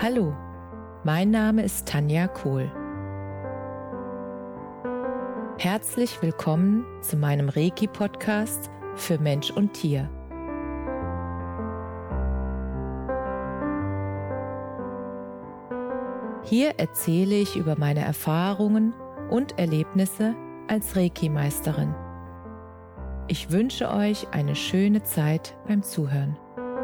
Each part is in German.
Hallo, mein Name ist Tanja Kohl. Herzlich willkommen zu meinem Reiki-Podcast für Mensch und Tier. Hier erzähle ich über meine Erfahrungen und Erlebnisse als Reiki-Meisterin. Ich wünsche euch eine schöne Zeit beim Zuhören.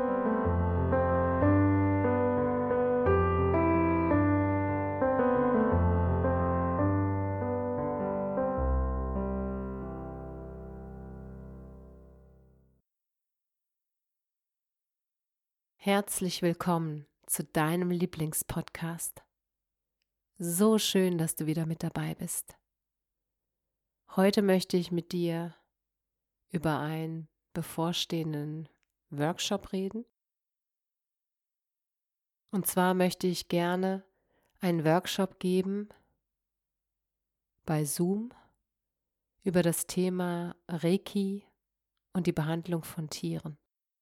Herzlich willkommen zu deinem Lieblingspodcast. So schön, dass du wieder mit dabei bist. Heute möchte ich mit dir über einen bevorstehenden Workshop reden. Und zwar möchte ich gerne einen Workshop geben bei Zoom über das Thema Reiki und die Behandlung von Tieren.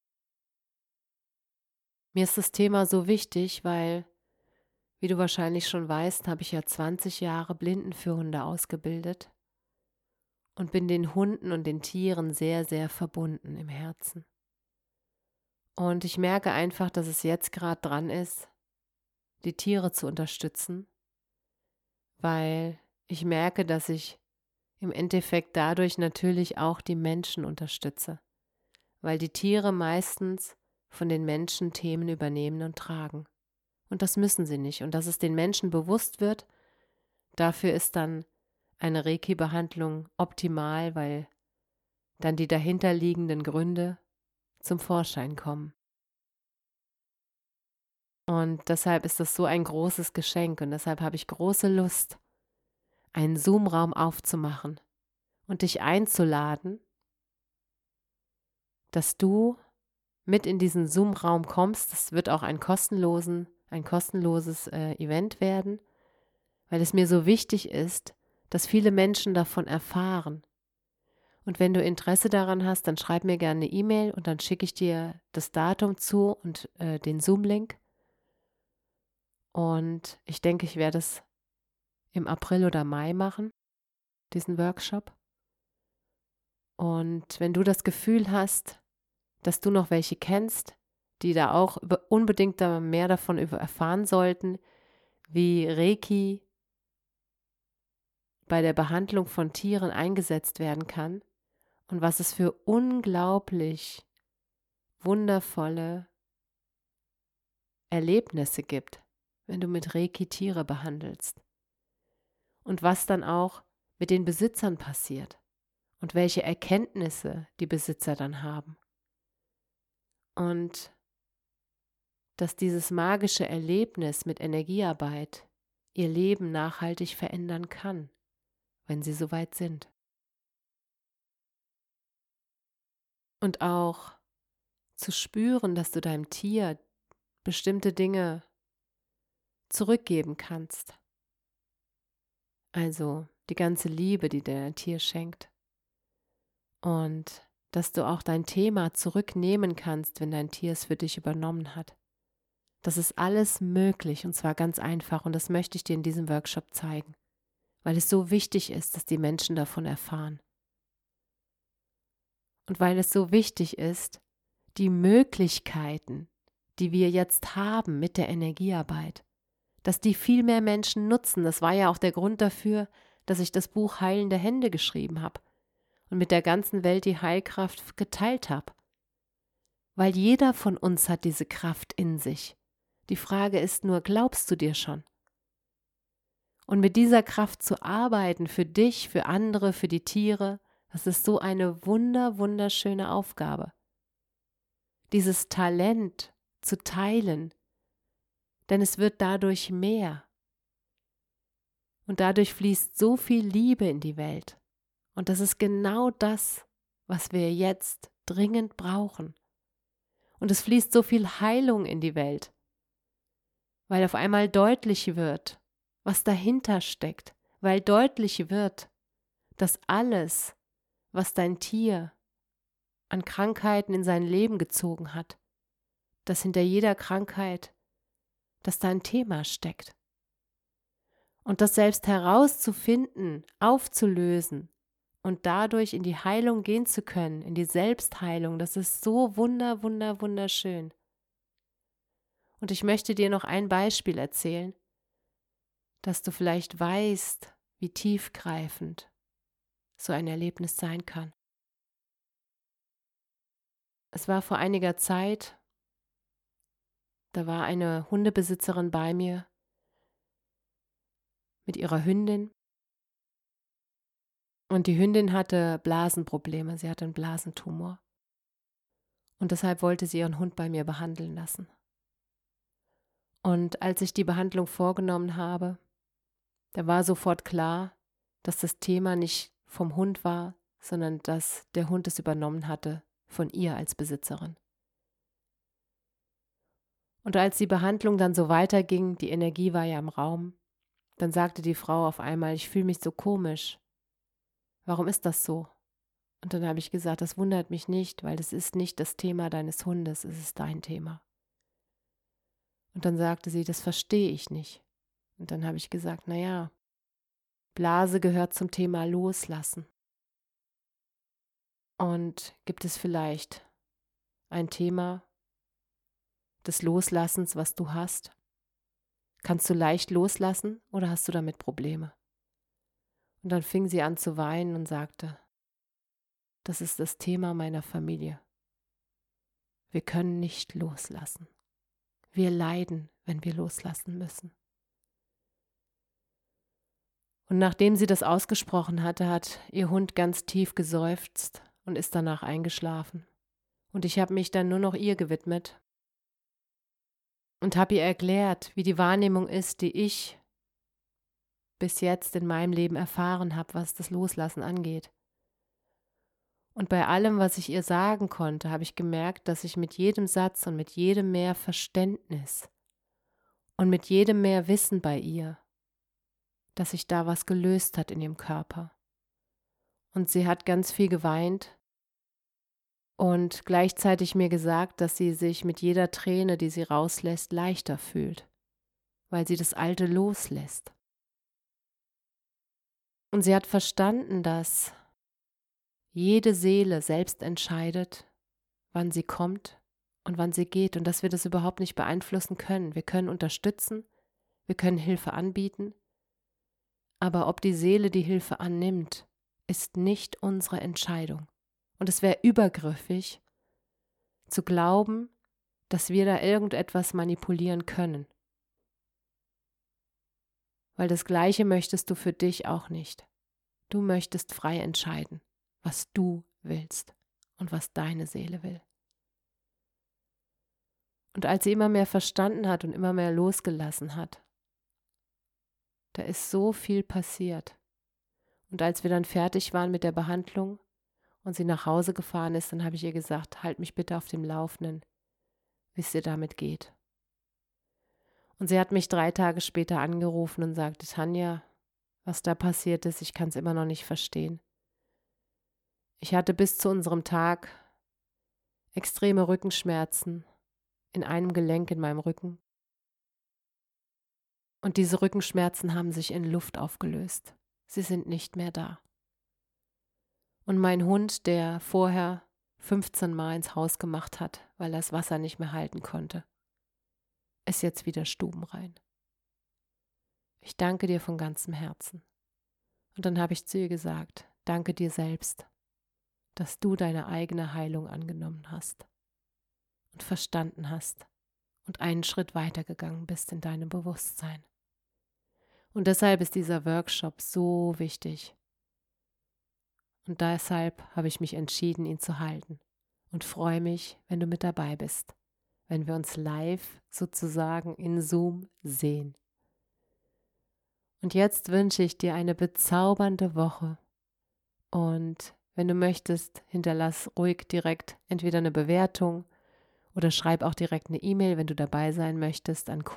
Mir ist das Thema so wichtig, weil, wie du wahrscheinlich schon weißt, habe ich ja 20 Jahre Blindenführhunde ausgebildet und bin den Hunden und den Tieren sehr, sehr verbunden im Herzen. Und ich merke einfach, dass es jetzt gerade dran ist, die Tiere zu unterstützen, weil ich merke, dass ich im Endeffekt dadurch natürlich auch die Menschen unterstütze, weil die Tiere meistens von den Menschen Themen übernehmen und tragen. Und das müssen sie nicht. Und dass es den Menschen bewusst wird, dafür ist dann eine Reiki-Behandlung optimal, weil dann die dahinterliegenden Gründe zum Vorschein kommen. Und deshalb ist das so ein großes Geschenk und deshalb habe ich große Lust, einen Zoom-Raum aufzumachen und dich einzuladen, dass du mit in diesen Zoom-Raum kommst. Das wird auch ein kostenloses Event werden, weil es mir so wichtig ist, dass viele Menschen davon erfahren. Und wenn du Interesse daran hast, dann schreib mir gerne eine E-Mail und dann schicke ich dir das Datum zu und den Zoom-Link. Und ich denke, ich werde es im April oder Mai machen, diesen Workshop. Und wenn du das Gefühl hast, dass du noch welche kennst, die da auch unbedingt mehr davon erfahren sollten, wie Reiki bei der Behandlung von Tieren eingesetzt werden kann und was es für unglaublich wundervolle Erlebnisse gibt, wenn du mit Reiki Tiere behandelst. Und was dann auch mit den Besitzern passiert und welche Erkenntnisse die Besitzer dann haben. Und dass dieses magische Erlebnis mit Energiearbeit ihr Leben nachhaltig verändern kann, wenn sie soweit sind. Und auch zu spüren, dass du deinem Tier bestimmte Dinge zurückgeben kannst. Also die ganze Liebe, die dir dein Tier schenkt. Und dass du auch dein Thema zurücknehmen kannst, wenn dein Tier es für dich übernommen hat. Das ist alles möglich und zwar ganz einfach und das möchte ich dir in diesem Workshop zeigen, weil es so wichtig ist, dass die Menschen davon erfahren. Und weil es so wichtig ist, die Möglichkeiten, die wir jetzt haben mit der Energiearbeit, dass die viel mehr Menschen nutzen. Das war ja auch der Grund dafür, dass ich das Buch Heilende Hände geschrieben habe und mit der ganzen Welt die Heilkraft geteilt habe. Weil jeder von uns hat diese Kraft in sich. Die Frage ist nur, glaubst du dir schon? Und mit dieser Kraft zu arbeiten, für dich, für andere, für die Tiere, das ist so eine wunderschöne Aufgabe. Dieses Talent zu teilen, denn es wird dadurch mehr. Und dadurch fließt so viel Liebe in die Welt. Und das ist genau das, was wir jetzt dringend brauchen. Und es fließt so viel Heilung in die Welt, weil auf einmal deutlich wird, was dahinter steckt, weil deutlich wird, dass alles, was dein Tier an Krankheiten in sein Leben gezogen hat, dass hinter jeder Krankheit dass da ein Thema steckt. Und das selbst herauszufinden, aufzulösen und dadurch in die Heilung gehen zu können, in die Selbstheilung, das ist so wunderschön. Und ich möchte dir noch ein Beispiel erzählen, dass du vielleicht weißt, wie tiefgreifend so ein Erlebnis sein kann. Es war vor einiger Zeit, da war eine Hundebesitzerin bei mir mit ihrer Hündin und die Hündin hatte Blasenprobleme, sie hatte einen Blasentumor und deshalb wollte sie ihren Hund bei mir behandeln lassen. Und als ich die Behandlung vorgenommen habe, da war sofort klar, dass das Thema nicht vom Hund war, sondern dass der Hund es übernommen hatte von ihr als Besitzerin. Und als die Behandlung dann so weiterging, die Energie war ja im Raum, dann sagte die Frau auf einmal, ich fühle mich so komisch. Warum ist das so? Und dann habe ich gesagt, das wundert mich nicht, weil das ist nicht das Thema deines Hundes, es ist dein Thema. Und dann sagte sie, das verstehe ich nicht. Und dann habe ich gesagt, naja, Blase gehört zum Thema Loslassen. Und gibt es vielleicht ein Thema des Loslassens, was du hast? Kannst du leicht loslassen oder hast du damit Probleme? Und dann fing sie an zu weinen und sagte, das ist das Thema meiner Familie. Wir können nicht loslassen. Wir leiden, wenn wir loslassen müssen. Und nachdem sie das ausgesprochen hatte, hat ihr Hund ganz tief geseufzt und ist danach eingeschlafen. Und ich habe mich dann nur noch ihr gewidmet und habe ihr erklärt, wie die Wahrnehmung ist, die ich bis jetzt in meinem Leben erfahren habe, was das Loslassen angeht. Und bei allem, was ich ihr sagen konnte, habe ich gemerkt, dass ich mit jedem Satz und mit jedem mehr Verständnis und mit jedem mehr Wissen bei ihr, dass sich da was gelöst hat in ihrem Körper. Und sie hat ganz viel geweint und gleichzeitig mir gesagt, dass sie sich mit jeder Träne, die sie rauslässt, leichter fühlt, weil sie das Alte loslässt. Und sie hat verstanden, dass jede Seele selbst entscheidet, wann sie kommt und wann sie geht und dass wir das überhaupt nicht beeinflussen können. Wir können unterstützen, wir können Hilfe anbieten, aber ob die Seele die Hilfe annimmt, ist nicht unsere Entscheidung. Und es wäre übergriffig, zu glauben, dass wir da irgendetwas manipulieren können. Weil das Gleiche möchtest du für dich auch nicht. Du möchtest frei entscheiden, was du willst und was deine Seele will. Und als sie immer mehr verstanden hat und immer mehr losgelassen hat, da ist so viel passiert. Und als wir dann fertig waren mit der Behandlung und sie nach Hause gefahren ist, dann habe ich ihr gesagt, halt mich bitte auf dem Laufenden, wie es dir damit geht. Und sie hat mich 3 Tage später angerufen und sagte, Tanja, was da passiert ist, ich kann es immer noch nicht verstehen. Ich hatte bis zu unserem Tag extreme Rückenschmerzen in einem Gelenk in meinem Rücken. Und diese Rückenschmerzen haben sich in Luft aufgelöst. Sie sind nicht mehr da. Und mein Hund, der vorher 15 Mal ins Haus gemacht hat, weil er das Wasser nicht mehr halten konnte, ist jetzt wieder stubenrein. Ich danke dir von ganzem Herzen. Und dann habe ich zu ihr gesagt, danke dir selbst, dass du deine eigene Heilung angenommen hast und verstanden hast und einen Schritt weitergegangen bist in deinem Bewusstsein. Und deshalb ist dieser Workshop so wichtig. Und deshalb habe ich mich entschieden, ihn zu halten und freue mich, wenn du mit dabei bist, wenn wir uns live sozusagen in Zoom sehen. Und jetzt wünsche ich dir eine bezaubernde Woche und wenn du möchtest, hinterlass ruhig direkt entweder eine Bewertung oder schreib auch direkt eine E-Mail, wenn du dabei sein möchtest, an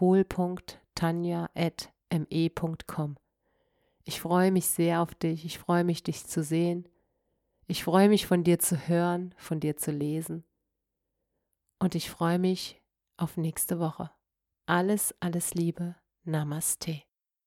kohl.tanja@me.com. Ich freue mich sehr auf dich, ich freue mich, dich zu sehen. Ich freue mich, von dir zu hören, von dir zu lesen. Und ich freue mich auf nächste Woche. alles, alles Liebe. Namaste.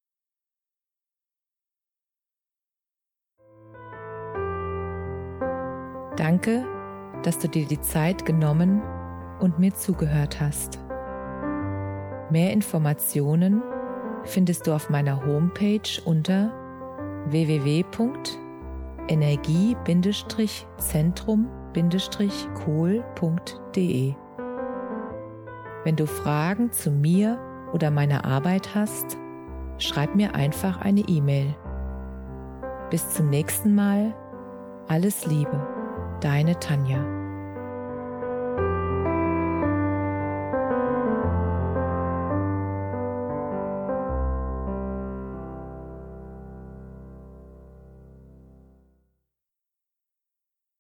Danke, dass du dir die Zeit genommen und mir zugehört hast. Mehr Informationen findest du auf meiner Homepage unter www.energie-zentrum-kohl.de. Wenn du Fragen zu mir oder meiner Arbeit hast, schreib mir einfach eine E-Mail. Bis zum nächsten Mal. Alles Liebe, deine Tanja.